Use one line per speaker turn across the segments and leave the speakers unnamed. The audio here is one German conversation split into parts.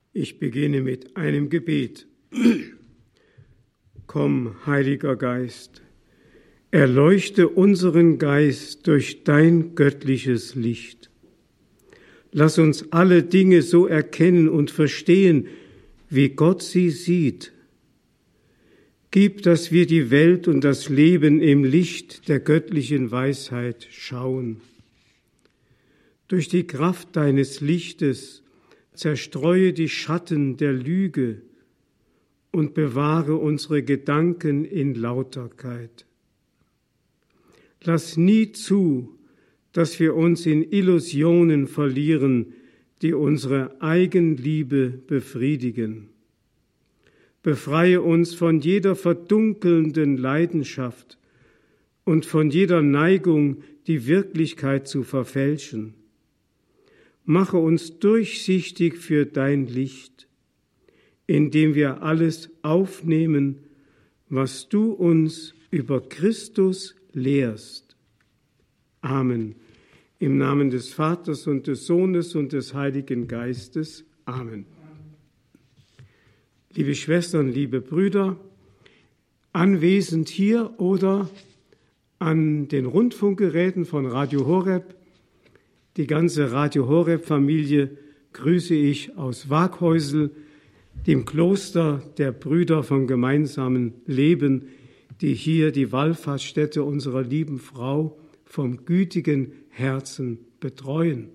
Ich beginne mit einem Gebet. Komm, Heiliger Geist, erleuchte unseren Geist durch dein göttliches Licht. Lass uns alle Dinge so erkennen und verstehen, wie Gott sie sieht. Gib, dass wir die Welt und das Leben im Licht der göttlichen Weisheit schauen. Durch die Kraft deines Lichtes zerstreue die Schatten der Lüge und bewahre unsere Gedanken in Lauterkeit. Lass nie zu, dass wir uns in Illusionen verlieren, die unsere Eigenliebe befriedigen. Befreie uns von jeder verdunkelnden Leidenschaft und von jeder Neigung, die Wirklichkeit zu verfälschen. Mache uns durchsichtig für dein Licht, indem wir alles aufnehmen, was du uns über Christus lehrst. Amen. Im Namen des Vaters und des Sohnes und des Heiligen Geistes. Amen. Liebe Schwestern, liebe Brüder, anwesend hier oder an den Rundfunkgeräten von Radio Horeb, die ganze Radio Horeb-Familie grüße ich aus Waghäusel, dem Kloster der Brüder vom gemeinsamen Leben, die hier die Wallfahrtsstätte unserer lieben Frau vom gütigen Herzen betreuen.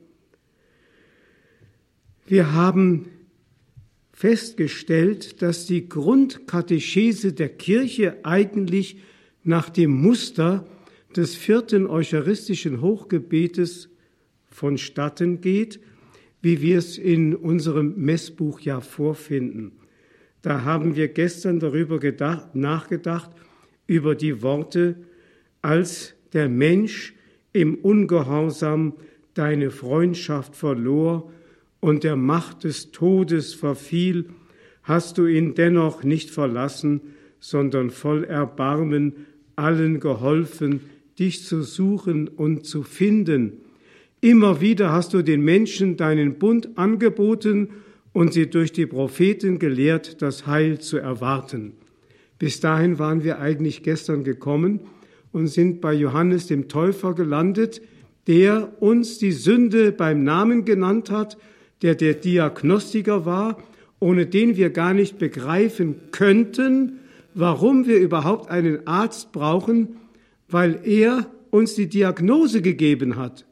Wir haben festgestellt, dass die Grundkatechese der Kirche eigentlich nach dem Muster des 4. Eucharistischen Hochgebetes vonstatten geht, wie wir es in unserem Messbuch ja vorfinden. Da haben wir gestern darüber nachgedacht, über die Worte, als der Mensch im Ungehorsam deine Freundschaft verlor und der Macht des Todes verfiel, hast du ihn dennoch nicht verlassen, sondern voll Erbarmen allen geholfen, dich zu suchen und zu finden. Immer wieder hast du den Menschen deinen Bund angeboten und sie durch die Propheten gelehrt, das Heil zu erwarten. Bis dahin waren wir eigentlich gestern gekommen und sind bei Johannes dem Täufer gelandet, der uns die Sünde beim Namen genannt hat, der Diagnostiker war, ohne den wir gar nicht begreifen könnten, warum wir überhaupt einen Arzt brauchen, weil er uns die Diagnose gegeben hat.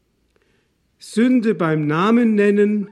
Sünde beim Namen nennen,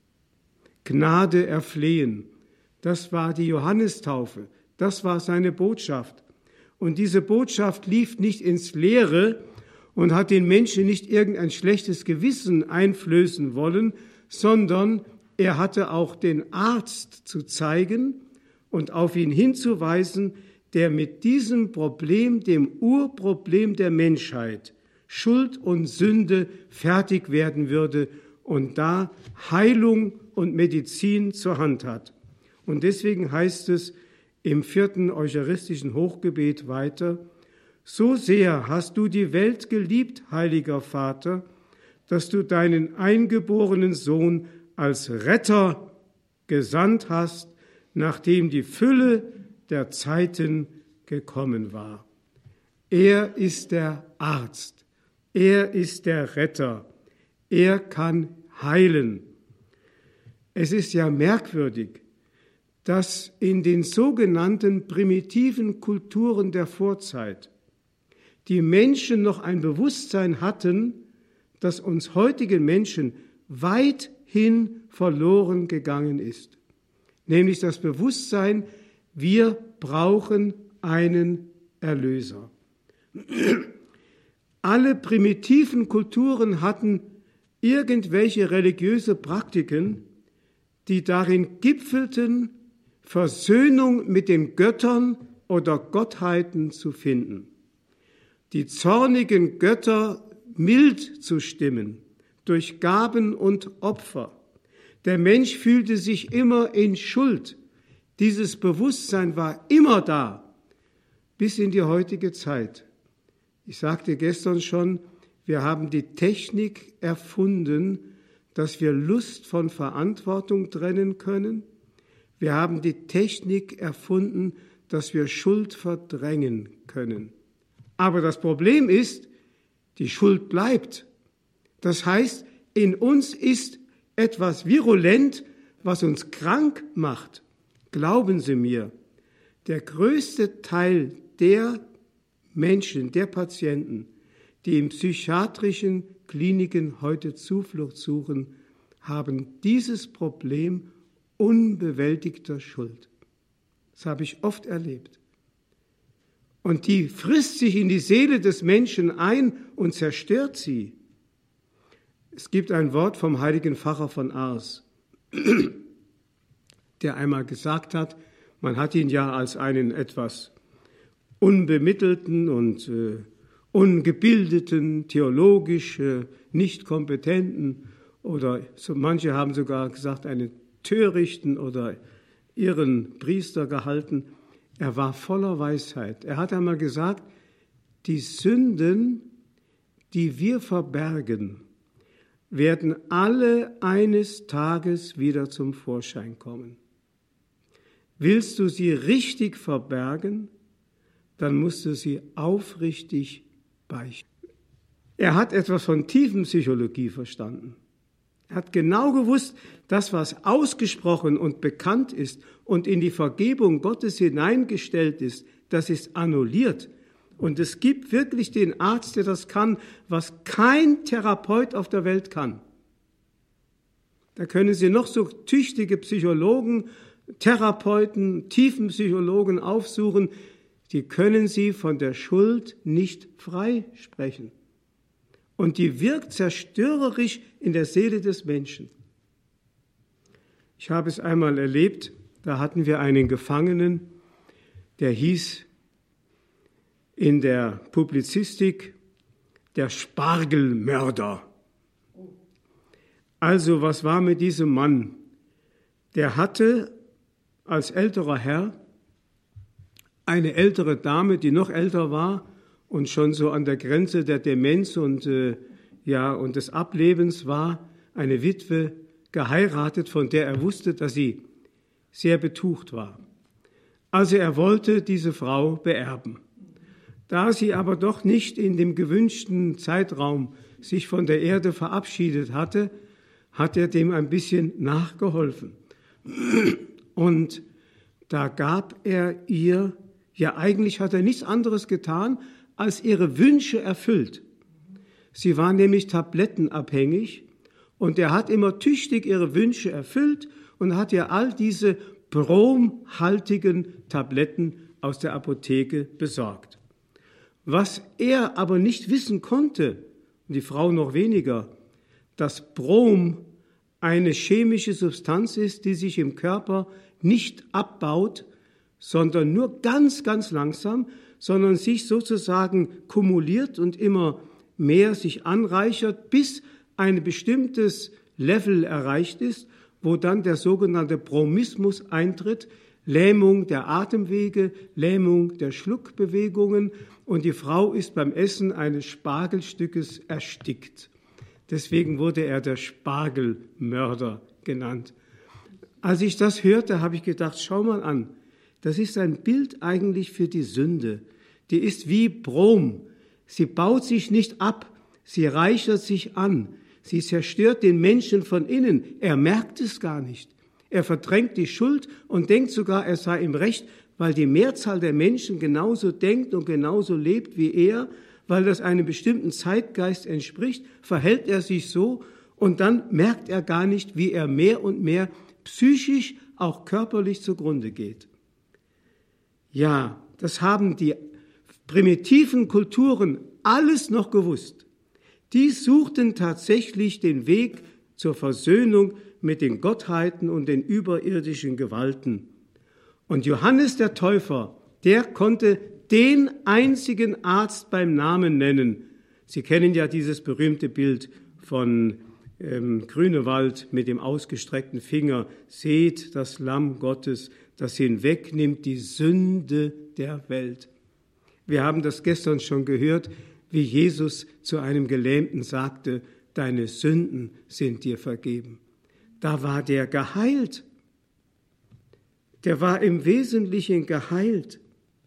Gnade erflehen. Das war die Johannistaufe, das war seine Botschaft. Und diese Botschaft lief nicht ins Leere und hat den Menschen nicht irgendein schlechtes Gewissen einflößen wollen, sondern er hatte auch den Arzt zu zeigen und auf ihn hinzuweisen, der mit diesem Problem, dem Urproblem der Menschheit, Schuld und Sünde, fertig werden würde und da Heilung und Medizin zur Hand hat. Und deswegen heißt es im 4. Eucharistischen Hochgebet weiter: So sehr hast du die Welt geliebt, heiliger Vater, dass du deinen eingeborenen Sohn als Retter gesandt hast, nachdem die Fülle der Zeiten gekommen war. Er ist der Arzt, er ist der Retter, er kann heilen. Es ist ja merkwürdig, dass in den sogenannten primitiven Kulturen der Vorzeit die Menschen noch ein Bewusstsein hatten, das uns heutigen Menschen weithin verloren gegangen ist. Nämlich das Bewusstsein, wir brauchen einen Erlöser. Alle primitiven Kulturen hatten irgendwelche religiöse Praktiken, die darin gipfelten, Versöhnung mit den Göttern oder Gottheiten zu finden, die zornigen Götter mild zu stimmen durch Gaben und Opfer. Der Mensch fühlte sich immer in Schuld. Dieses Bewusstsein war immer da, bis in die heutige Zeit. Ich sagte gestern schon, wir haben die Technik erfunden, dass wir Lust von Verantwortung trennen können. Wir haben die Technik erfunden, dass wir Schuld verdrängen können. Aber das Problem ist, die Schuld bleibt. Das heißt, in uns ist etwas virulent, was uns krank macht. Glauben Sie mir, der größte Teil der Menschen, der Patienten, die in psychiatrischen Kliniken heute Zuflucht suchen, haben dieses Problem unbewältigter Schuld. Das habe ich oft erlebt. Und die frisst sich in die Seele des Menschen ein und zerstört sie. Es gibt ein Wort vom heiligen Pfarrer von Ars, der einmal gesagt hat, man hat ihn ja als einen etwas unbemittelten und ungebildeten, theologisch nicht kompetenten oder so manche haben sogar gesagt, einen törichten oder irren Priester gehalten. Er war voller Weisheit. Er hat einmal gesagt, die Sünden, die wir verbergen, werden alle eines Tages wieder zum Vorschein kommen. Willst du sie richtig verbergen, dann musst du sie aufrichtig beichten. Er hat etwas von Tiefenpsychologie verstanden. Er hat genau gewusst, das, was ausgesprochen und bekannt ist und in die Vergebung Gottes hineingestellt ist, das ist annulliert. Und es gibt wirklich den Arzt, der das kann, was kein Therapeut auf der Welt kann. Da können Sie noch so tüchtige Psychologen, Therapeuten, Tiefenpsychologen aufsuchen, die können Sie von der Schuld nicht freisprechen. Und die wirkt zerstörerisch in der Seele des Menschen. Ich habe es einmal erlebt, da hatten wir einen Gefangenen, der hieß in der Publizistik der Spargelmörder. Also was war mit diesem Mann? Der hatte als älterer Herr eine ältere Dame, die noch älter war und schon so an der Grenze der Demenz und des Ablebens war, eine Witwe geheiratet, von der er wusste, dass sie sehr betucht war. Also er wollte diese Frau beerben. Da sie aber doch nicht in dem gewünschten Zeitraum sich von der Erde verabschiedet hatte, hat er dem ein bisschen nachgeholfen. Und da gab er ihr, ja eigentlich hat er nichts anderes getan, als ihre Wünsche erfüllt. Sie war nämlich tablettenabhängig und er hat immer tüchtig ihre Wünsche erfüllt und hat ihr all diese bromhaltigen Tabletten aus der Apotheke besorgt. Was er aber nicht wissen konnte, und die Frau noch weniger, dass Brom eine chemische Substanz ist, die sich im Körper nicht abbaut, sondern nur ganz, ganz langsam, sondern sich sozusagen kumuliert und immer mehr sich anreichert, bis ein bestimmtes Level erreicht ist, wo dann der sogenannte Bromismus eintritt, Lähmung der Atemwege, Lähmung der Schluckbewegungen und die Frau ist beim Essen eines Spargelstückes erstickt. Deswegen wurde er der Spargelmörder genannt. Als ich das hörte, habe ich gedacht, schau mal an, das ist ein Bild eigentlich für die Sünde. Die ist wie Brom. Sie baut sich nicht ab, sie reichert sich an. Sie zerstört den Menschen von innen. Er merkt es gar nicht. Er verdrängt die Schuld und denkt sogar, er sei im Recht, weil die Mehrzahl der Menschen genauso denkt und genauso lebt wie er, weil das einem bestimmten Zeitgeist entspricht, verhält er sich so und dann merkt er gar nicht, wie er mehr und mehr psychisch, auch körperlich zugrunde geht. Ja, das haben die primitiven Kulturen alles noch gewusst. Die suchten tatsächlich den Weg zur Versöhnung mit den Gottheiten und den überirdischen Gewalten. Und Johannes der Täufer, der konnte den einzigen Arzt beim Namen nennen. Sie kennen ja dieses berühmte Bild von Grünewald mit dem ausgestreckten Finger. Seht das Lamm Gottes, das hinwegnimmt die Sünde der Welt. Wir haben das gestern schon gehört, wie Jesus zu einem Gelähmten sagte, deine Sünden sind dir vergeben. Da war der geheilt. Der war im Wesentlichen geheilt.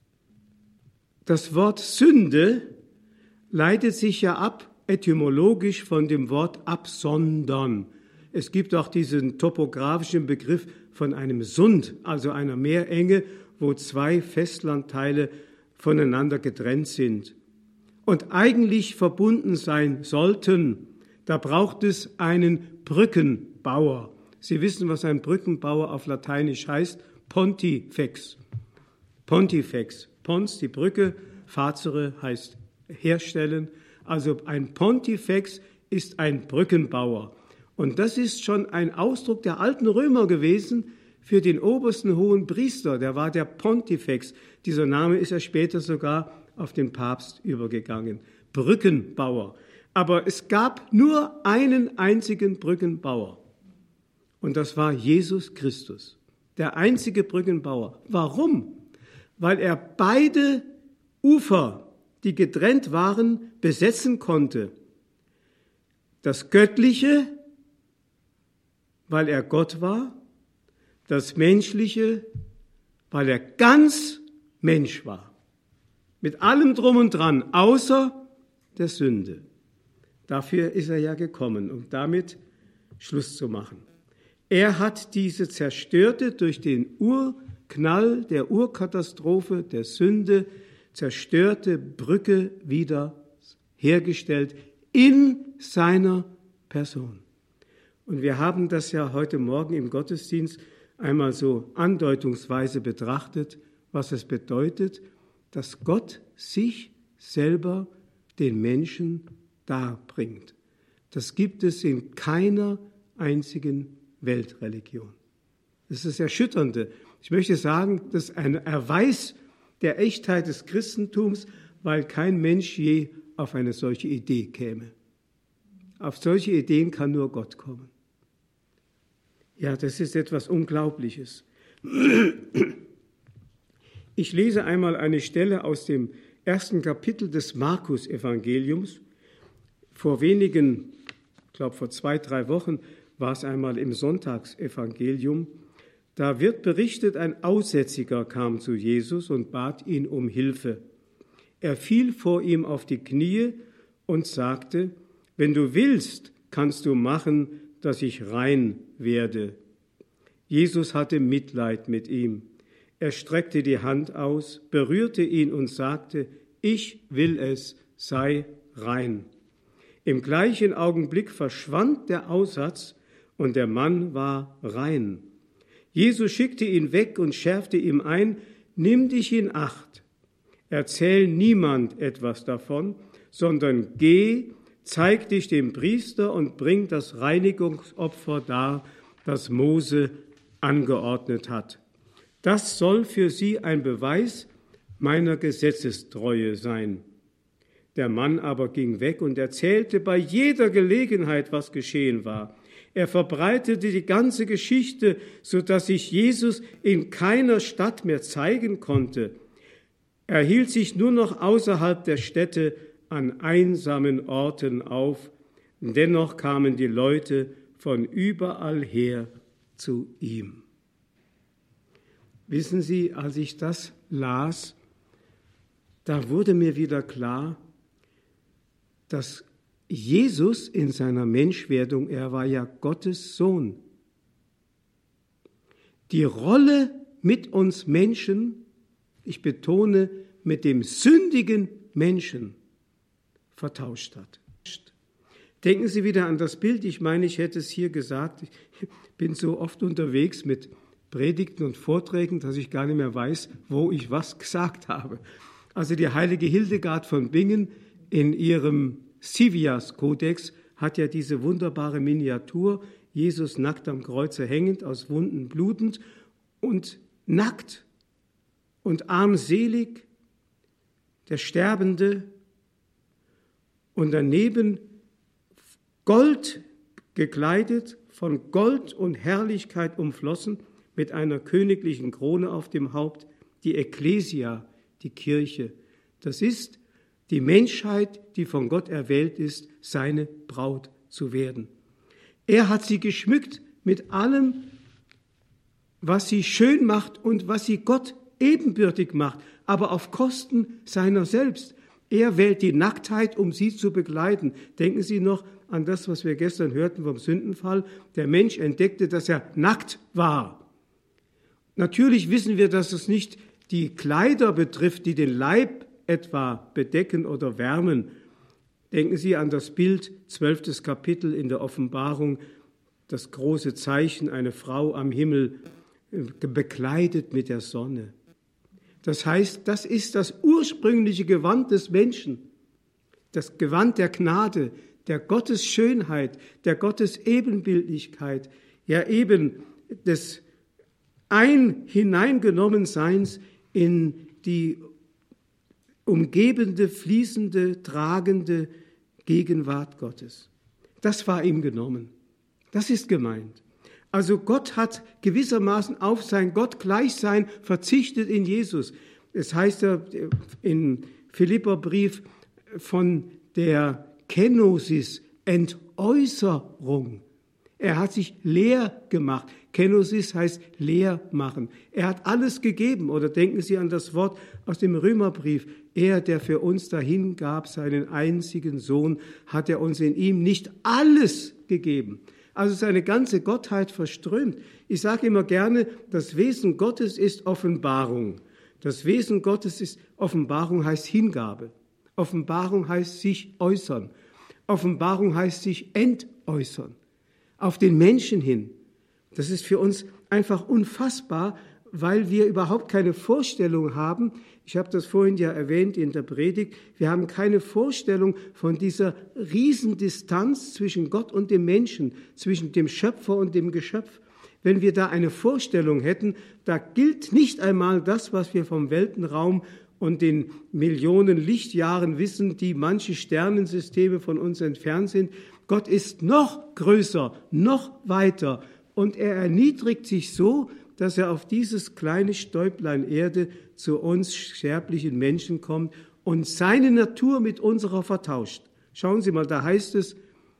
Das Wort Sünde leitet sich ja ab, etymologisch von dem Wort absondern. Es gibt auch diesen topografischen Begriff von einem Sund, also einer Meerenge, wo zwei Festlandteile voneinander getrennt sind und eigentlich verbunden sein sollten. Da braucht es einen Brückenbauer. Sie wissen, was ein Brückenbauer auf Lateinisch heißt? Pontifex. Pontifex. Pons, die Brücke, facere heißt herstellen. Also ein Pontifex ist ein Brückenbauer. Und das ist schon ein Ausdruck der alten Römer gewesen für den obersten hohen Priester. Der war der Pontifex. Dieser Name ist ja später sogar auf den Papst übergegangen. Brückenbauer. Aber es gab nur einen einzigen Brückenbauer. Und das war Jesus Christus. Der einzige Brückenbauer. Warum? Weil er beide Ufer, die getrennt waren, besetzen konnte. Das Göttliche, weil er Gott war, das Menschliche, weil er ganz Mensch war. Mit allem drum und dran, außer der Sünde. Dafür ist er ja gekommen, um damit Schluss zu machen. Er hat diese zerstörte, durch den Urknall der Urkatastrophe der Sünde, zerstörte Brücke wieder hergestellt in seiner Person. Und wir haben das ja heute Morgen im Gottesdienst einmal so andeutungsweise betrachtet, was es bedeutet, dass Gott sich selber den Menschen darbringt. Das gibt es in keiner einzigen Weltreligion. Das ist das Erschütternde. Ich möchte sagen, das ist ein Erweis der Echtheit des Christentums, weil kein Mensch je auf eine solche Idee käme. Auf solche Ideen kann nur Gott kommen. Ja, das ist etwas Unglaubliches. Ich lese einmal eine Stelle aus dem 1. Kapitel des Markus-Evangeliums. Vor wenigen, ich glaube vor 2-3 Wochen, war es einmal im Sonntagsevangelium. Da wird berichtet, ein Aussätziger kam zu Jesus und bat ihn um Hilfe. Er fiel vor ihm auf die Knie und sagte, wenn du willst, kannst du machen, dass ich rein werde. Jesus hatte Mitleid mit ihm. Er streckte die Hand aus, berührte ihn und sagte, ich will es, sei rein. Im gleichen Augenblick verschwand der Aussatz und der Mann war rein. Jesus schickte ihn weg und schärfte ihm ein, nimm dich in Acht. Erzähl niemand etwas davon, sondern geh, zeig dich dem Priester und bring das Reinigungsopfer dar, das Mose angeordnet hat. Das soll für sie ein Beweis meiner Gesetzestreue sein. Der Mann aber ging weg und erzählte bei jeder Gelegenheit, was geschehen war. Er verbreitete die ganze Geschichte, sodass sich Jesus in keiner Stadt mehr zeigen konnte. Er hielt sich nur noch außerhalb der Städte an einsamen Orten auf. Dennoch kamen die Leute von überall her zu ihm. Wissen Sie, als ich das las, da wurde mir wieder klar, dass Jesus in seiner Menschwerdung, er war ja Gottes Sohn, die Rolle mit uns Menschen, ich betone, mit dem sündigen Menschen vertauscht hat. Denken Sie wieder an das Bild, ich meine, ich hätte es hier gesagt, ich bin so oft unterwegs mit Predigten und Vorträgen, dass ich gar nicht mehr weiß, wo ich was gesagt habe. Also die heilige Hildegard von Bingen in ihrem Sivias-Kodex hat ja diese wunderbare Miniatur, Jesus nackt am Kreuze hängend, aus Wunden blutend und nackt und armselig, der Sterbende und daneben Gold gekleidet, von Gold und Herrlichkeit umflossen, mit einer königlichen Krone auf dem Haupt, die Ekklesia, die Kirche. Das ist die Menschheit, die von Gott erwählt ist, seine Braut zu werden. Er hat sie geschmückt mit allem, was sie schön macht und was sie Gott ebenbürtig macht, aber auf Kosten seiner selbst. Er wählt die Nacktheit, um sie zu begleiten. Denken Sie noch an das, was wir gestern hörten vom Sündenfall. Der Mensch entdeckte, dass er nackt war. Natürlich wissen wir, dass es nicht die Kleider betrifft, die den Leib etwa bedecken oder wärmen. Denken Sie an das Bild, 12. Kapitel in der Offenbarung, das große Zeichen, eine Frau am Himmel, bekleidet mit der Sonne. Das heißt, das ist das ursprüngliche Gewand des Menschen, das Gewand der Gnade, der Gottesschönheit, der Gottesebenbildlichkeit, ja eben des Hineingenommenseins in die umgebende, fließende, tragende Gegenwart Gottes. Das war ihm genommen. Das ist gemeint. Also Gott hat gewissermaßen auf sein Gottgleichsein verzichtet in Jesus. Es heißt ja im Philipperbrief von der Kenosis, Entäußerung. Er hat sich leer gemacht. Kenosis heißt leer machen. Er hat alles gegeben. Oder denken Sie an das Wort aus dem Römerbrief. Er, der für uns dahingab, seinen einzigen Sohn, hat er uns in ihm nicht alles gegeben. Also seine ganze Gottheit verströmt. Ich sage immer gerne, das Wesen Gottes ist Offenbarung. Das Wesen Gottes ist Offenbarung, heißt Hingabe. Offenbarung heißt sich äußern. Offenbarung heißt sich entäußern. Auf den Menschen hin. Das ist für uns einfach unfassbar, weil wir überhaupt keine Vorstellung haben. Ich habe das vorhin ja erwähnt in der Predigt. Wir haben keine Vorstellung von dieser Riesendistanz zwischen Gott und dem Menschen, zwischen dem Schöpfer und dem Geschöpf. Wenn wir da eine Vorstellung hätten, da gilt nicht einmal das, was wir vom Weltenraum und den Millionen Lichtjahren wissen, die manche Sternensysteme von uns entfernt sind. Gott ist noch größer, noch weiter und er erniedrigt sich so, dass er auf dieses kleine Stäublein Erde zu uns sterblichen Menschen kommt und seine Natur mit unserer vertauscht. Schauen Sie mal, da heißt es,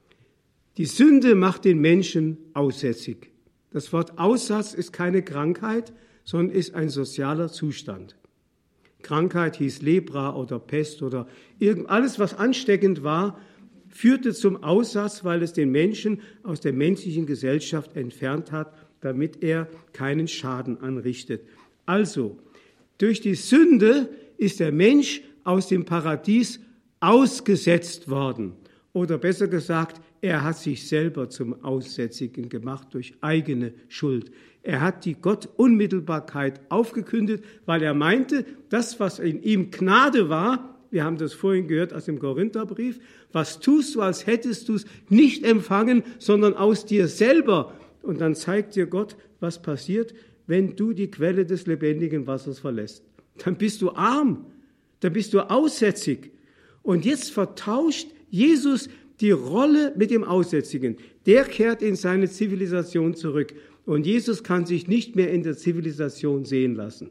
die Sünde macht den Menschen aussätzig. Das Wort Aussatz ist keine Krankheit, sondern ist ein sozialer Zustand. Krankheit hieß Lepra oder Pest oder alles, was ansteckend war, führte zum Aussatz, weil es den Menschen aus der menschlichen Gesellschaft entfernt hat, damit er keinen Schaden anrichtet. Also, durch die Sünde ist der Mensch aus dem Paradies ausgesetzt worden. Oder besser gesagt, er hat sich selber zum Aussätzigen gemacht durch eigene Schuld. Er hat die Gottunmittelbarkeit aufgekündigt, weil er meinte, das, was in ihm Gnade war, wir haben das vorhin gehört aus dem Korintherbrief, was tust du, als hättest du es nicht empfangen, sondern aus dir selber. Und dann zeigt dir Gott, was passiert, wenn du die Quelle des lebendigen Wassers verlässt. Dann bist du arm, dann bist du aussätzig. Und jetzt vertauscht Jesus die Rolle mit dem Aussätzigen. Der kehrt in seine Zivilisation zurück. Und Jesus kann sich nicht mehr in der Zivilisation sehen lassen.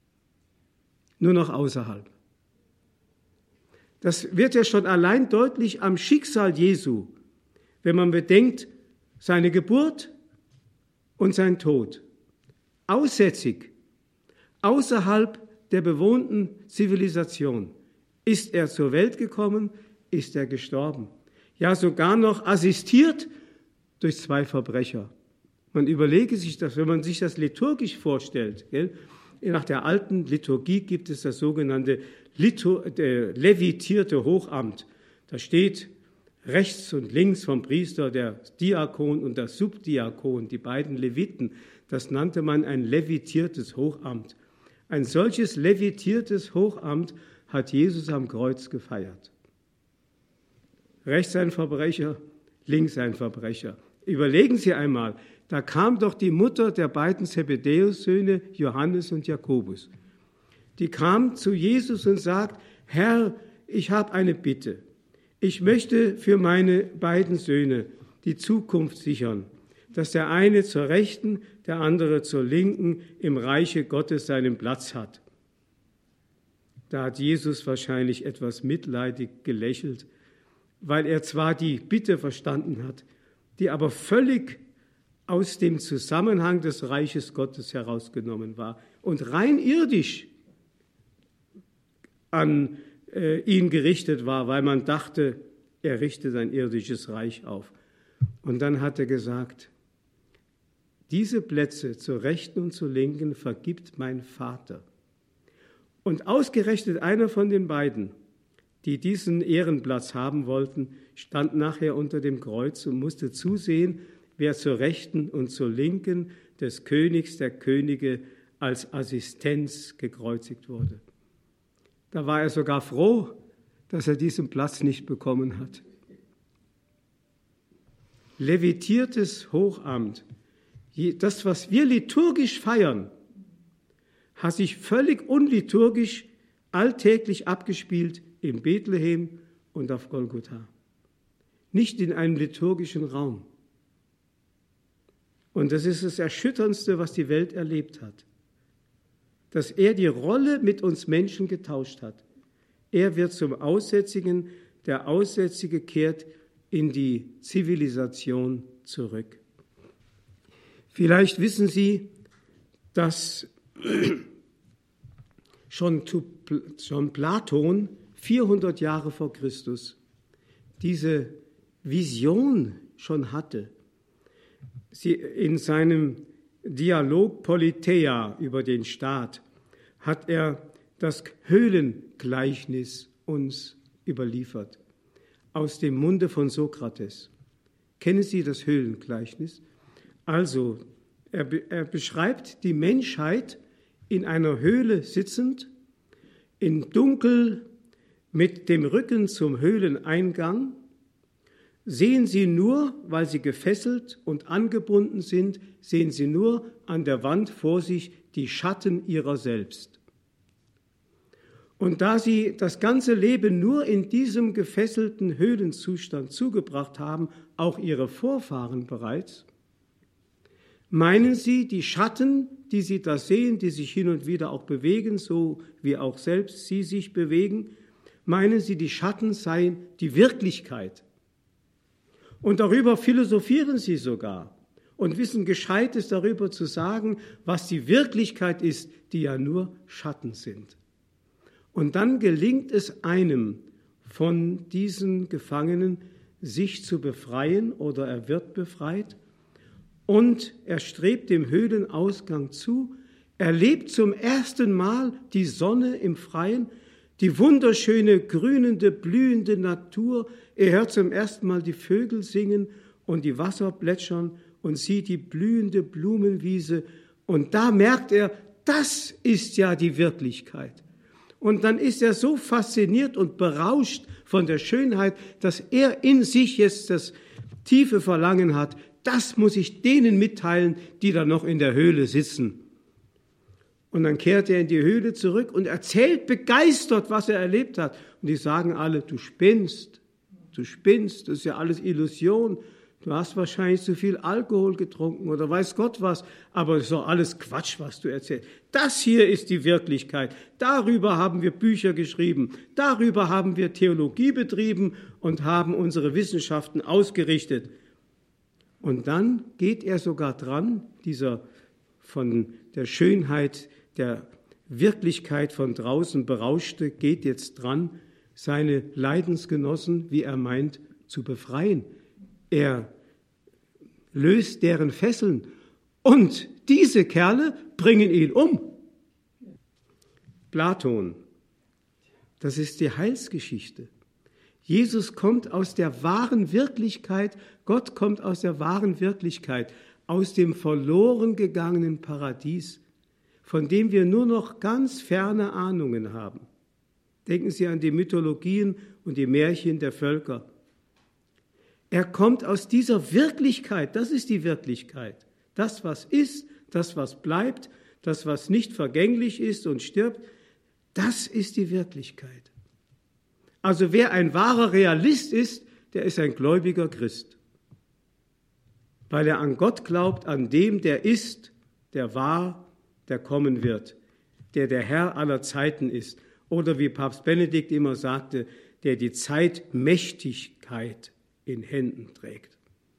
Nur noch außerhalb. Das wird ja schon allein deutlich am Schicksal Jesu, wenn man bedenkt, seine Geburt und sein Tod. Aussätzig, außerhalb der bewohnten Zivilisation. Ist er zur Welt gekommen, ist er gestorben. Ja, sogar noch assistiert durch 2 Verbrecher. Man überlege sich das, wenn man sich das liturgisch vorstellt. Gell? Nach der alten Liturgie gibt es das sogenannte levitierte Hochamt. Da steht rechts und links vom Priester der Diakon und der Subdiakon, die beiden Leviten. Das nannte man ein levitiertes Hochamt. Ein solches levitiertes Hochamt hat Jesus am Kreuz gefeiert. Rechts ein Verbrecher, links ein Verbrecher. Überlegen Sie einmal, da kam doch die Mutter der beiden Zebedäus-Söhne, Johannes und Jakobus. Die kam zu Jesus und sagt, Herr, ich habe eine Bitte. Ich möchte für meine beiden Söhne die Zukunft sichern, dass der eine zur Rechten, der andere zur Linken im Reiche Gottes seinen Platz hat. Da hat Jesus wahrscheinlich etwas mitleidig gelächelt weil er zwar die Bitte verstanden hat, die aber völlig aus dem Zusammenhang des Reiches Gottes herausgenommen war und rein irdisch an ihn gerichtet war, weil man dachte, er richtet ein irdisches Reich auf. Und dann hat er gesagt, diese Plätze zur Rechten und zur Linken vergibt mein Vater. Und ausgerechnet einer von den beiden, die diesen Ehrenplatz haben wollten, stand nachher unter dem Kreuz und musste zusehen, wer zur Rechten und zur Linken des Königs der Könige als Assistenz gekreuzigt wurde. Da war er sogar froh, dass er diesen Platz nicht bekommen hat. Levitiertes Hochamt, das, was wir liturgisch feiern, hat sich völlig unliturgisch alltäglich abgespielt in Bethlehem und auf Golgotha. Nicht in einem liturgischen Raum. Und das ist das Erschütterndste, was die Welt erlebt hat. Dass er die Rolle mit uns Menschen getauscht hat. Er wird zum Aussätzigen, der Aussätzige kehrt in die Zivilisation zurück. Vielleicht wissen Sie, dass schon Platon 400 Jahre vor Christus diese Vision schon hatte. In seinem Dialog Politeia über den Staat hat er das Höhlengleichnis uns überliefert, aus dem Munde von Sokrates. Kennen Sie das Höhlengleichnis? Also, er beschreibt die Menschheit in einer Höhle sitzend, im Dunkel mit dem Rücken zum Höhleneingang. Sehen Sie nur, weil Sie gefesselt und angebunden sind, sehen Sie nur an der Wand vor sich die Schatten Ihrer selbst. Und da Sie das ganze Leben nur in diesem gefesselten Höhlenzustand zugebracht haben, auch Ihre Vorfahren bereits, meinen Sie, die Schatten, die Sie da sehen, die sich hin und wieder auch bewegen, so wie auch selbst Sie sich bewegen, meinen Sie, die Schatten seien die Wirklichkeit? Und darüber philosophieren Sie sogar und wissen Gescheites darüber zu sagen, was die Wirklichkeit ist, die ja nur Schatten sind. Und dann gelingt es einem von diesen Gefangenen, sich zu befreien, oder er wird befreit, und er strebt dem Höhlenausgang zu, erlebt zum ersten Mal die Sonne im Freien, die wunderschöne, grünende, blühende Natur. Er hört zum ersten Mal die Vögel singen und die Wasser plätschern und sieht die blühende Blumenwiese. Und da merkt er, das ist ja die Wirklichkeit. Und dann ist er so fasziniert und berauscht von der Schönheit, dass er in sich jetzt das tiefe Verlangen hat, das muss ich denen mitteilen, die da noch in der Höhle sitzen. Und dann kehrt er in die Höhle zurück und erzählt begeistert, was er erlebt hat. Und die sagen alle, du spinnst, das ist ja alles Illusion. Du hast wahrscheinlich zu viel Alkohol getrunken oder weiß Gott was, aber es ist doch alles Quatsch, was du erzählst. Das hier ist die Wirklichkeit. Darüber haben wir Bücher geschrieben, darüber haben wir Theologie betrieben und haben unsere Wissenschaften ausgerichtet. Und dann geht er sogar dran, dieser von der Schönheit, der Wirklichkeit von draußen Berauschte, geht jetzt dran, seine Leidensgenossen, wie er meint, zu befreien. Er löst deren Fesseln und diese Kerle bringen ihn um. Platon, das ist die Heilsgeschichte. Jesus kommt aus der wahren Wirklichkeit, Gott kommt aus der wahren Wirklichkeit, aus dem verloren gegangenen Paradies, von dem wir nur noch ganz ferne Ahnungen haben. Denken Sie an die Mythologien und die Märchen der Völker. Er kommt aus dieser Wirklichkeit, das ist die Wirklichkeit. Das, was ist, das, was bleibt, das, was nicht vergänglich ist und stirbt, das ist die Wirklichkeit. Also wer ein wahrer Realist ist, der ist ein gläubiger Christ. Weil er an Gott glaubt, an dem, der ist, der war, der kommen wird, der Herr aller Zeiten ist. Oder wie Papst Benedikt immer sagte, der die Zeit mächtig Ewigkeit in Händen trägt.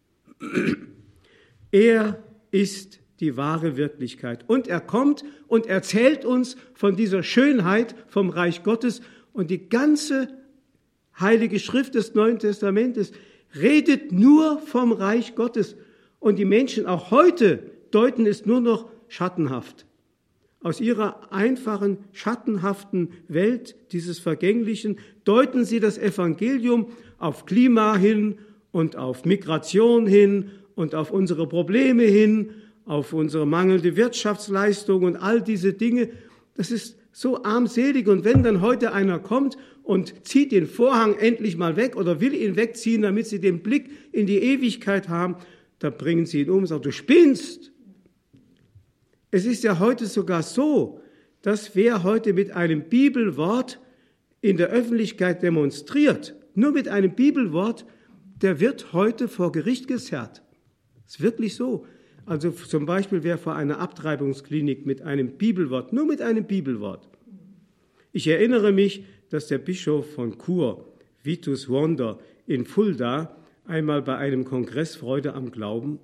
Er ist die wahre Wirklichkeit. Und er kommt und erzählt uns von dieser Schönheit vom Reich Gottes. Und die ganze Heilige Schrift des Neuen Testamentes redet nur vom Reich Gottes. Und die Menschen auch heute deuten es nur noch schattenhaft. Aus ihrer einfachen, schattenhaften Welt, dieses Vergänglichen, deuten sie das Evangelium auf Klima hin und auf Migration hin und auf unsere Probleme hin, auf unsere mangelnde Wirtschaftsleistung und all diese Dinge. Das ist so armselig. Und wenn dann heute einer kommt und zieht den Vorhang endlich mal weg oder will ihn wegziehen, damit sie den Blick in die Ewigkeit haben, da bringen sie ihn um und sagen, du spinnst. Es ist ja heute sogar so, dass wer heute mit einem Bibelwort in der Öffentlichkeit demonstriert, nur mit einem Bibelwort, der wird heute vor Gericht gezerrt. Das ist wirklich so. Also zum Beispiel wer vor einer Abtreibungsklinik mit einem Bibelwort, nur mit einem Bibelwort. Ich erinnere mich, dass der Bischof von Chur, Vitus Wonder, in Fulda einmal bei einem Kongress Freude am Glauben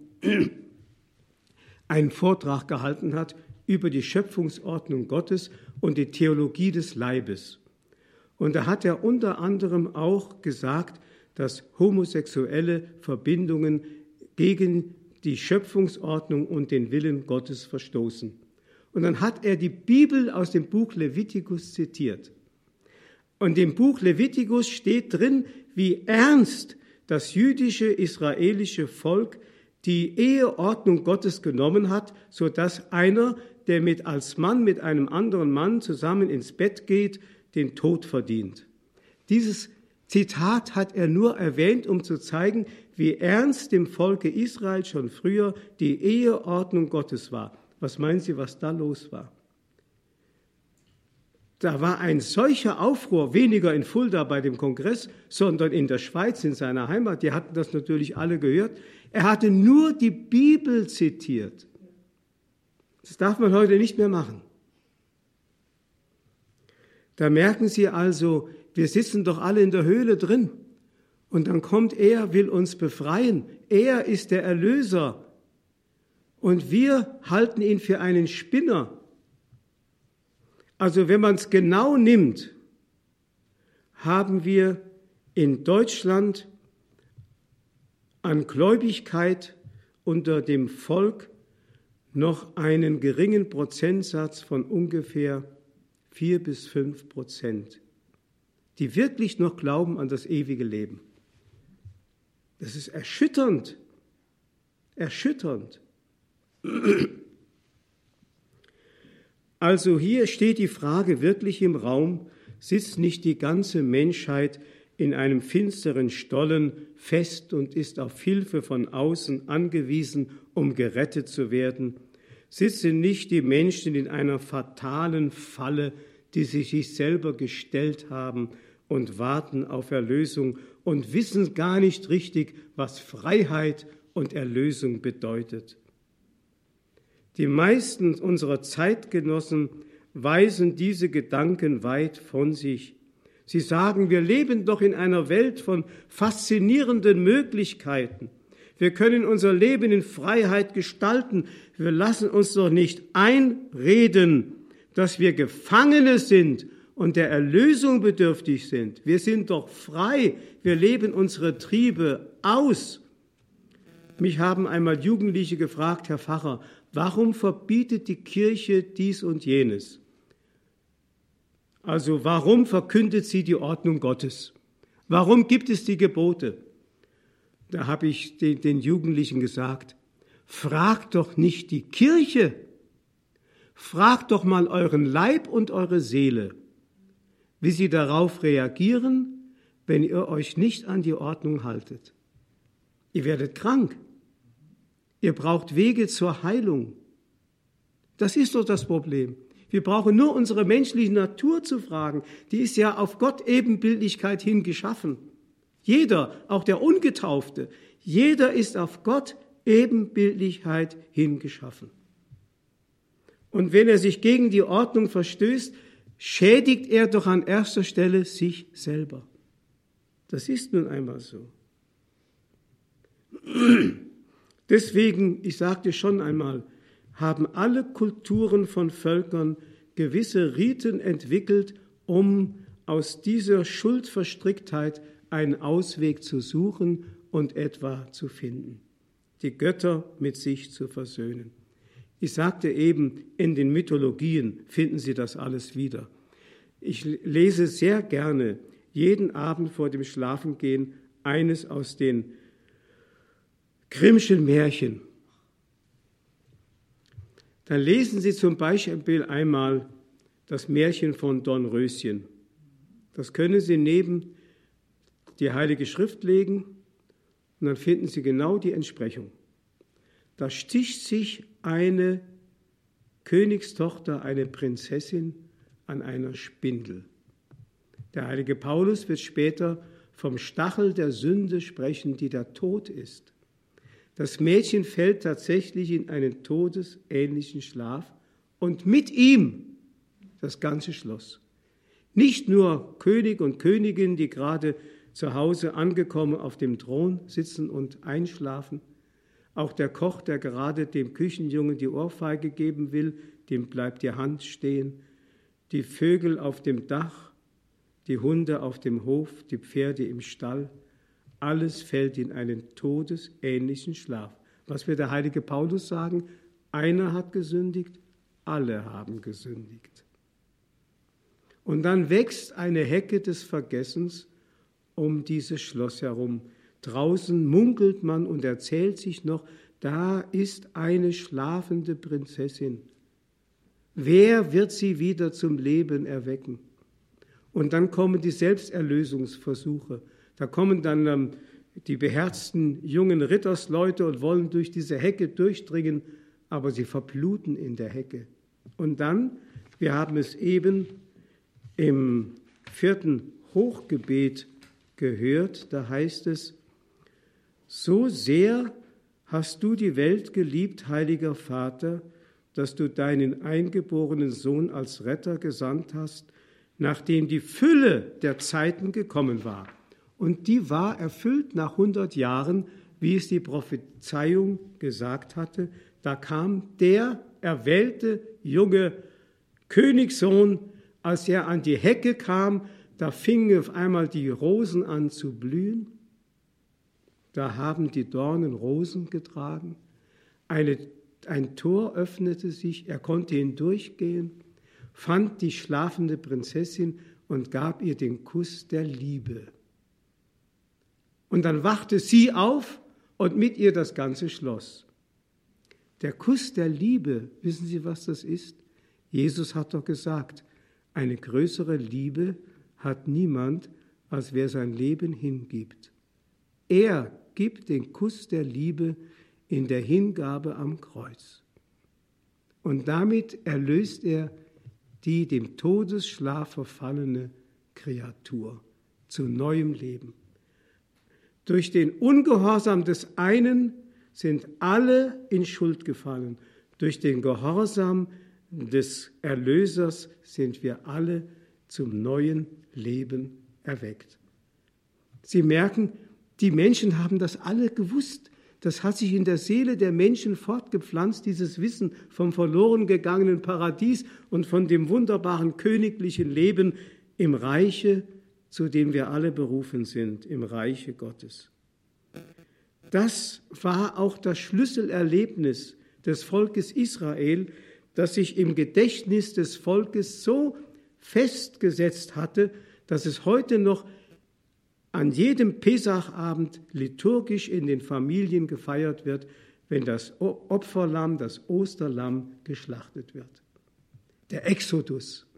einen Vortrag gehalten hat über die Schöpfungsordnung Gottes und die Theologie des Leibes. Und da hat er unter anderem auch gesagt, dass homosexuelle Verbindungen gegen die Schöpfungsordnung und den Willen Gottes verstoßen. Und dann hat er die Bibel aus dem Buch Levitikus zitiert. Und im Buch Levitikus steht drin, wie ernst das jüdische, israelische Volk die Eheordnung Gottes genommen hat, sodass einer, der als Mann mit einem anderen Mann zusammen ins Bett geht, den Tod verdient. Dieses Zitat hat er nur erwähnt, um zu zeigen, wie ernst dem Volke Israel schon früher die Eheordnung Gottes war. Was meinen Sie, was da los war? Da war ein solcher Aufruhr, weniger in Fulda bei dem Kongress, sondern in der Schweiz, in seiner Heimat. Die hatten das natürlich alle gehört. Er hatte nur die Bibel zitiert. Das darf man heute nicht mehr machen. Da merken Sie also, wir sitzen doch alle in der Höhle drin. Und dann kommt er, will uns befreien. Er ist der Erlöser. Und wir halten ihn für einen Spinner. Also wenn man es genau nimmt, haben wir in Deutschland an Gläubigkeit unter dem Volk noch einen geringen Prozentsatz von ungefähr 4-5%, die wirklich noch glauben an das ewige Leben. Das ist erschütternd, erschütternd. Also hier steht die Frage wirklich im Raum, sitzt nicht die ganze Menschheit in einem finsteren Stollen fest und ist auf Hilfe von außen angewiesen, um gerettet zu werden? Sitzen nicht die Menschen in einer fatalen Falle, die sie sich selber gestellt haben und warten auf Erlösung und wissen gar nicht richtig, was Freiheit und Erlösung bedeutet? Die meisten unserer Zeitgenossen weisen diese Gedanken weit von sich. Sie sagen, wir leben doch in einer Welt von faszinierenden Möglichkeiten. Wir können unser Leben in Freiheit gestalten. Wir lassen uns doch nicht einreden, dass wir Gefangene sind und der Erlösung bedürftig sind. Wir sind doch frei. Wir leben unsere Triebe aus. Mich haben einmal Jugendliche gefragt, Herr Pfarrer, warum verbietet die Kirche dies und jenes? Also warum verkündet sie die Ordnung Gottes? Warum gibt es die Gebote? Da habe ich den Jugendlichen gesagt, fragt doch nicht die Kirche, fragt doch mal euren Leib und eure Seele, wie sie darauf reagieren, wenn ihr euch nicht an die Ordnung haltet. Ihr werdet krank. Ihr braucht Wege zur Heilung. Das ist doch das Problem. Wir brauchen nur unsere menschliche Natur zu fragen. Die ist ja auf Gott-Ebenbildlichkeit hin geschaffen. Jeder, auch der Ungetaufte, jeder ist auf Gott-Ebenbildlichkeit hin geschaffen. Und wenn er sich gegen die Ordnung verstößt, schädigt er doch an erster Stelle sich selber. Das ist nun einmal so. Deswegen, ich sagte schon einmal, haben alle Kulturen von Völkern gewisse Riten entwickelt, um aus dieser Schuldverstricktheit einen Ausweg zu suchen und etwa zu finden, die Götter mit sich zu versöhnen. Ich sagte eben, in den Mythologien finden Sie das alles wieder. Ich lese sehr gerne jeden Abend vor dem Schlafengehen eines aus den Grimmschen Märchen. Dann lesen Sie zum Beispiel einmal das Märchen von Dornröschen. Das können Sie neben die Heilige Schrift legen und dann finden Sie genau die Entsprechung. Da sticht sich eine Königstochter, eine Prinzessin, an einer Spindel. Der heilige Paulus wird später vom Stachel der Sünde sprechen, die der Tod ist. Das Mädchen fällt tatsächlich in einen todesähnlichen Schlaf und mit ihm das ganze Schloss. Nicht nur König und Königin, die gerade zu Hause angekommen auf dem Thron sitzen und einschlafen, auch der Koch, der gerade dem Küchenjungen die Ohrfeige geben will, dem bleibt die Hand stehen, die Vögel auf dem Dach, die Hunde auf dem Hof, die Pferde im Stall, alles fällt in einen todesähnlichen Schlaf. Was wird der heilige Paulus sagen? Einer hat gesündigt, alle haben gesündigt. Und dann wächst eine Hecke des Vergessens um dieses Schloss herum. Draußen munkelt man und erzählt sich noch, da ist eine schlafende Prinzessin. Wer wird sie wieder zum Leben erwecken? Und dann kommen die Selbsterlösungsversuche. Da kommen dann die beherzten jungen Rittersleute und wollen durch diese Hecke durchdringen, aber sie verbluten in der Hecke. Und dann, wir haben es eben im 4. Hochgebet gehört, da heißt es, so sehr hast du die Welt geliebt, heiliger Vater, dass du deinen eingeborenen Sohn als Retter gesandt hast, nachdem die Fülle der Zeiten gekommen war. Und die war erfüllt nach 100 Jahren, wie es die Prophezeiung gesagt hatte. Da kam der erwählte junge Königssohn, als er an die Hecke kam, da fingen auf einmal die Rosen an zu blühen. Da haben die Dornen Rosen getragen. Ein Tor öffnete sich, er konnte hindurchgehen, fand die schlafende Prinzessin und gab ihr den Kuss der Liebe. Und dann wachte sie auf und mit ihr das ganze Schloss. Der Kuss der Liebe, wissen Sie, was das ist? Jesus hat doch gesagt, eine größere Liebe hat niemand, als wer sein Leben hingibt. Er gibt den Kuss der Liebe in der Hingabe am Kreuz. Und damit erlöst er die dem Todesschlaf verfallene Kreatur zu neuem Leben. Durch den Ungehorsam des einen sind alle in Schuld gefallen. Durch den Gehorsam des Erlösers sind wir alle zum neuen Leben erweckt. Sie merken, die Menschen haben das alle gewusst. Das hat sich in der Seele der Menschen fortgepflanzt, dieses Wissen vom verloren gegangenen Paradies und von dem wunderbaren königlichen Leben im Reiche, zu dem wir alle berufen sind, im Reiche Gottes. Das war auch das Schlüsselerlebnis des Volkes Israel, das sich im Gedächtnis des Volkes so festgesetzt hatte, dass es heute noch an jedem Pesachabend liturgisch in den Familien gefeiert wird, wenn das Opferlamm, das Osterlamm geschlachtet wird. Der Exodus.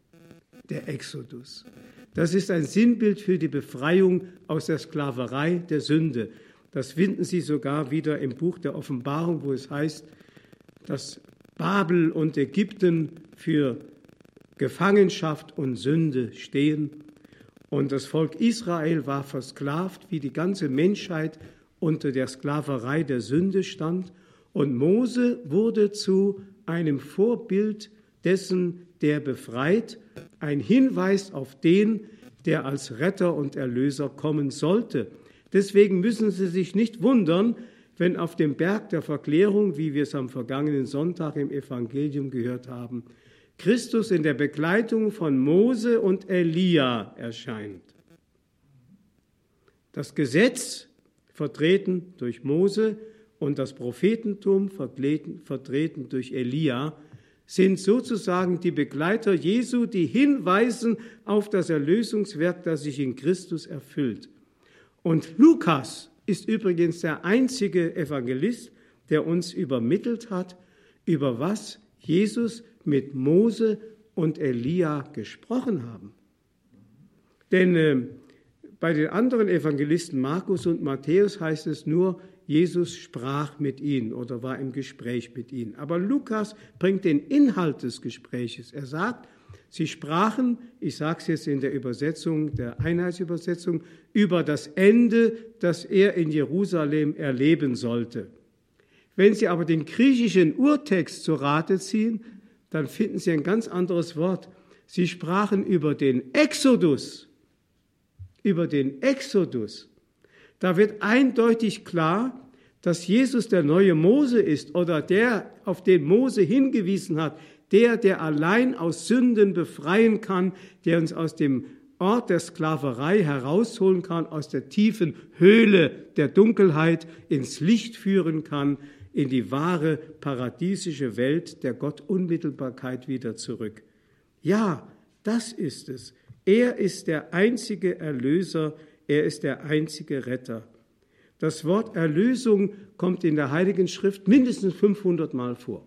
Das ist ein Sinnbild für die Befreiung aus der Sklaverei der Sünde. Das finden Sie sogar wieder im Buch der Offenbarung, wo es heißt, dass Babel und Ägypten für Gefangenschaft und Sünde stehen. Und das Volk Israel war versklavt, wie die ganze Menschheit unter der Sklaverei der Sünde stand. Und Mose wurde zu einem Vorbild dessen, der befreit, ein Hinweis auf den, der als Retter und Erlöser kommen sollte. Deswegen müssen Sie sich nicht wundern, wenn auf dem Berg der Verklärung, wie wir es am vergangenen Sonntag im Evangelium gehört haben, Christus in der Begleitung von Mose und Elia erscheint. Das Gesetz, vertreten durch Mose, und das Prophetentum, vertreten durch Elia, sind sozusagen die Begleiter Jesu, die hinweisen auf das Erlösungswerk, das sich in Christus erfüllt. Und Lukas ist übrigens der einzige Evangelist, der uns übermittelt hat, über was Jesus mit Mose und Elia gesprochen haben. Denn bei den anderen Evangelisten Markus und Matthäus heißt es nur, Jesus sprach mit ihnen oder war im Gespräch mit ihnen. Aber Lukas bringt den Inhalt des Gespräches. Er sagt, sie sprachen, ich sage es jetzt in der Übersetzung, der Einheitsübersetzung, über das Ende, das er in Jerusalem erleben sollte. Wenn Sie aber den griechischen Urtext zu Rate ziehen, dann finden Sie ein ganz anderes Wort. Sie sprachen über den Exodus. Über den Exodus. Da wird eindeutig klar, dass Jesus der neue Mose ist oder der, auf den Mose hingewiesen hat, der allein aus Sünden befreien kann, der uns aus dem Ort der Sklaverei herausholen kann, aus der tiefen Höhle der Dunkelheit ins Licht führen kann, in die wahre paradiesische Welt der Gottunmittelbarkeit wieder zurück. Ja, das ist es. Er ist der einzige Erlöser, er ist der einzige Retter. Das Wort Erlösung kommt in der Heiligen Schrift mindestens 500 Mal vor.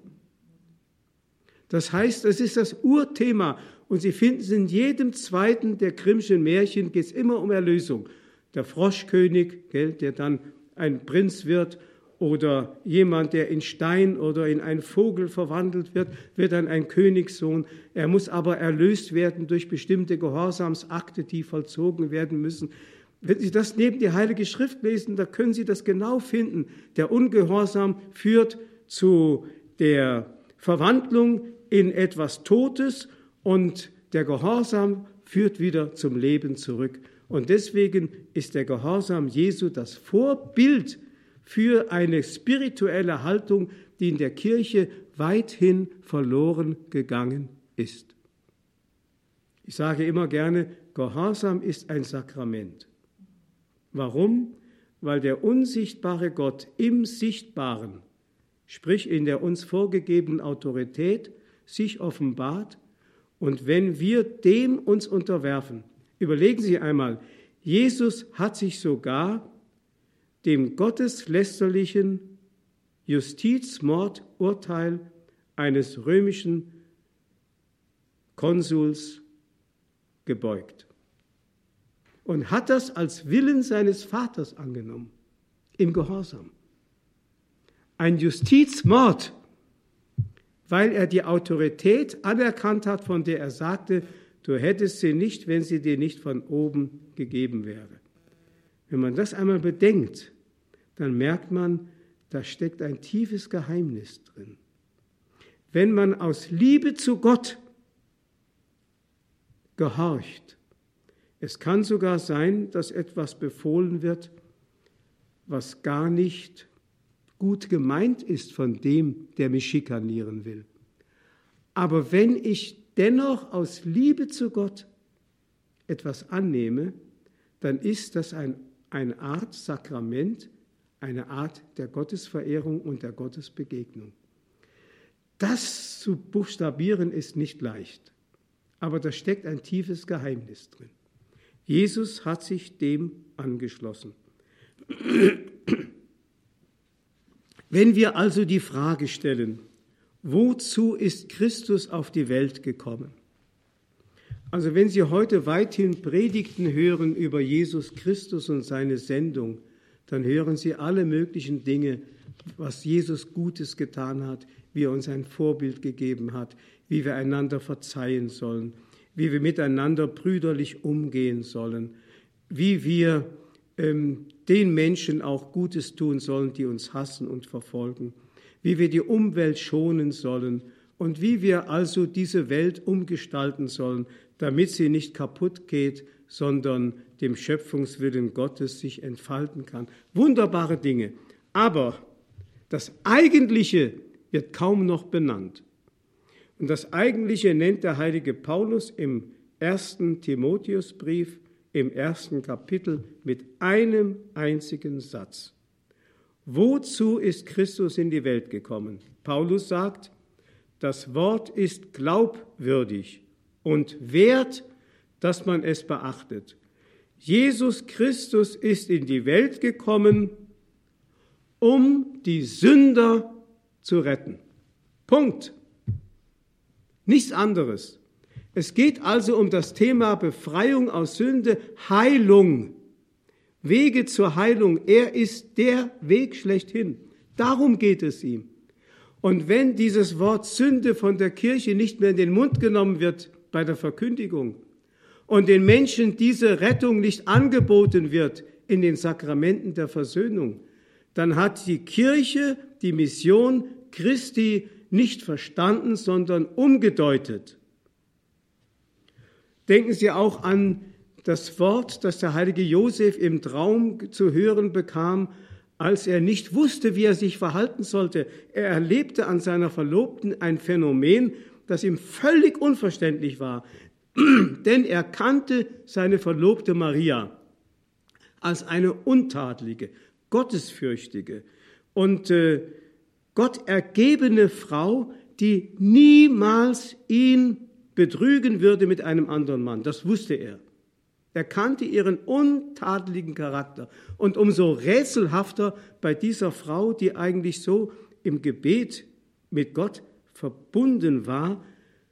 Das heißt, es ist das Urthema und Sie finden es in jedem zweiten der Grimmschen Märchen, geht es immer um Erlösung. Der Froschkönig, der dann ein Prinz wird, oder jemand, der in Stein oder in einen Vogel verwandelt wird, wird dann ein Königssohn. Er muss aber erlöst werden durch bestimmte Gehorsamsakte, die vollzogen werden müssen. Wenn Sie das neben die Heilige Schrift lesen, da können Sie das genau finden. Der Ungehorsam führt zu der Verwandlung in etwas Totes und der Gehorsam führt wieder zum Leben zurück. Und deswegen ist der Gehorsam Jesu das Vorbild für eine spirituelle Haltung, die in der Kirche weithin verloren gegangen ist. Ich sage immer gerne, Gehorsam ist ein Sakrament. Warum? Weil der unsichtbare Gott im Sichtbaren, sprich in der uns vorgegebenen Autorität, sich offenbart. Und wenn wir dem uns unterwerfen, überlegen Sie einmal, Jesus hat sich sogar dem gotteslästerlichen Justizmordurteil eines römischen Konsuls gebeugt und hat das als Willen seines Vaters angenommen, im Gehorsam. Ein Justizmord, weil er die Autorität anerkannt hat, von der er sagte, du hättest sie nicht, wenn sie dir nicht von oben gegeben wäre. Wenn man das einmal bedenkt, dann merkt man, da steckt ein tiefes Geheimnis drin. Wenn man aus Liebe zu Gott gehorcht, es kann sogar sein, dass etwas befohlen wird, was gar nicht gut gemeint ist von dem, der mich schikanieren will. Aber wenn ich dennoch aus Liebe zu Gott etwas annehme, dann ist das eine Art Sakrament, eine Art der Gottesverehrung und der Gottesbegegnung. Das zu buchstabieren ist nicht leicht, aber da steckt ein tiefes Geheimnis drin. Jesus hat sich dem angeschlossen. Wenn wir also die Frage stellen, wozu ist Christus auf die Welt gekommen? Also wenn Sie heute weithin Predigten hören über Jesus Christus und seine Sendung, dann hören Sie alle möglichen Dinge, was Jesus Gutes getan hat, wie er uns ein Vorbild gegeben hat, wie wir einander verzeihen sollen, wie wir miteinander brüderlich umgehen sollen, wie wir den Menschen auch Gutes tun sollen, die uns hassen und verfolgen, wie wir die Umwelt schonen sollen und wie wir also diese Welt umgestalten sollen, damit sie nicht kaputt geht, sondern dem Schöpfungswillen Gottes sich entfalten kann. Wunderbare Dinge. Aber das Eigentliche wird kaum noch benannt. Und das Eigentliche nennt der heilige Paulus im 1. Timotheusbrief im 1. Kapitel mit einem einzigen Satz. Wozu ist Christus in die Welt gekommen? Paulus sagt, das Wort ist glaubwürdig und wert, dass man es beachtet. Jesus Christus ist in die Welt gekommen, um die Sünder zu retten. Punkt. Nichts anderes. Es geht also um das Thema Befreiung aus Sünde, Heilung, Wege zur Heilung. Er ist der Weg schlechthin. Darum geht es ihm. Und wenn dieses Wort Sünde von der Kirche nicht mehr in den Mund genommen wird bei der Verkündigung und den Menschen diese Rettung nicht angeboten wird in den Sakramenten der Versöhnung, dann hat die Kirche die Mission Christi nicht verstanden, sondern umgedeutet. Denken Sie auch an das Wort, das der heilige Josef im Traum zu hören bekam, als er nicht wusste, wie er sich verhalten sollte. Er erlebte an seiner Verlobten ein Phänomen, das ihm völlig unverständlich war, denn er kannte seine Verlobte Maria als eine untadlige, gottesfürchtige und Gott ergebene Frau, die niemals ihn betrügen würde mit einem anderen Mann. Das wusste er. Er kannte ihren untadeligen Charakter. Und umso rätselhafter bei dieser Frau, die eigentlich so im Gebet mit Gott verbunden war,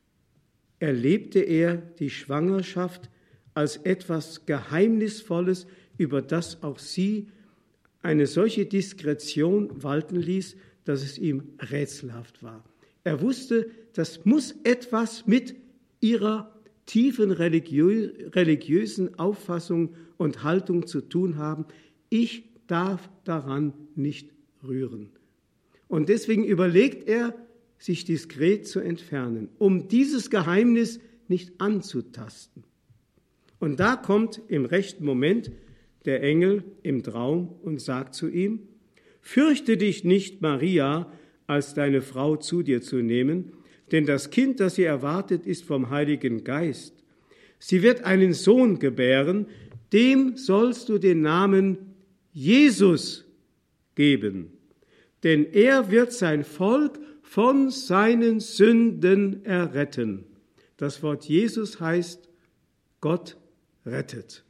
erlebte er die Schwangerschaft als etwas Geheimnisvolles, über das auch sie eine solche Diskretion walten ließ, dass es ihm rätselhaft war. Er wusste, das muss etwas mit ihrer tiefen religiösen Auffassung und Haltung zu tun haben. Ich darf daran nicht rühren. Und deswegen überlegt er, sich diskret zu entfernen, um dieses Geheimnis nicht anzutasten. Und da kommt im rechten Moment der Engel im Traum und sagt zu ihm, fürchte dich nicht, Maria, als deine Frau zu dir zu nehmen, denn das Kind, das sie erwartet, ist vom Heiligen Geist. Sie wird einen Sohn gebären, dem sollst du den Namen Jesus geben, denn er wird sein Volk von seinen Sünden erretten. Das Wort Jesus heißt, Gott rettet.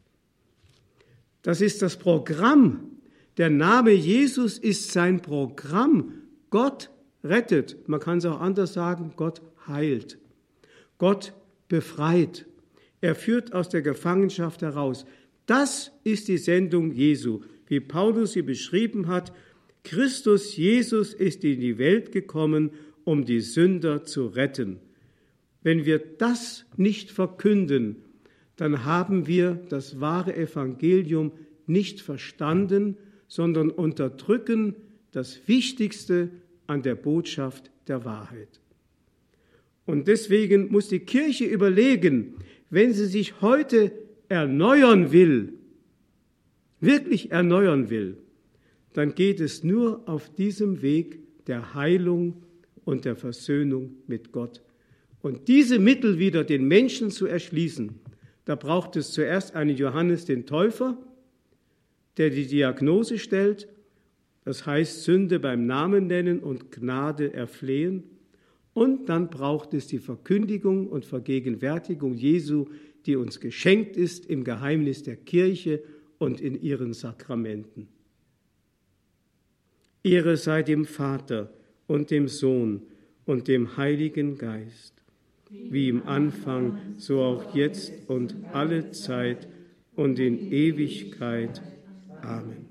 Das ist das Programm. Der Name Jesus ist sein Programm. Gott rettet. Man kann es auch anders sagen, Gott heilt. Gott befreit. Er führt aus der Gefangenschaft heraus. Das ist die Sendung Jesu, wie Paulus sie beschrieben hat. Christus Jesus ist in die Welt gekommen, um die Sünder zu retten. Wenn wir das nicht verkünden, dann haben wir das wahre Evangelium nicht verstanden, sondern unterdrücken das Wichtigste an der Botschaft der Wahrheit. Und deswegen muss die Kirche überlegen, wenn sie sich heute erneuern will, wirklich erneuern will, dann geht es nur auf diesem Weg der Heilung und der Versöhnung mit Gott. Und diese Mittel wieder den Menschen zu erschließen, da braucht es zuerst einen Johannes den Täufer, der die Diagnose stellt, das heißt Sünde beim Namen nennen und Gnade erflehen. Und dann braucht es die Verkündigung und Vergegenwärtigung Jesu, die uns geschenkt ist im Geheimnis der Kirche und in ihren Sakramenten. Ehre sei dem Vater und dem Sohn und dem Heiligen Geist, wie im Anfang, so auch jetzt und alle Zeit und in Ewigkeit. Amen.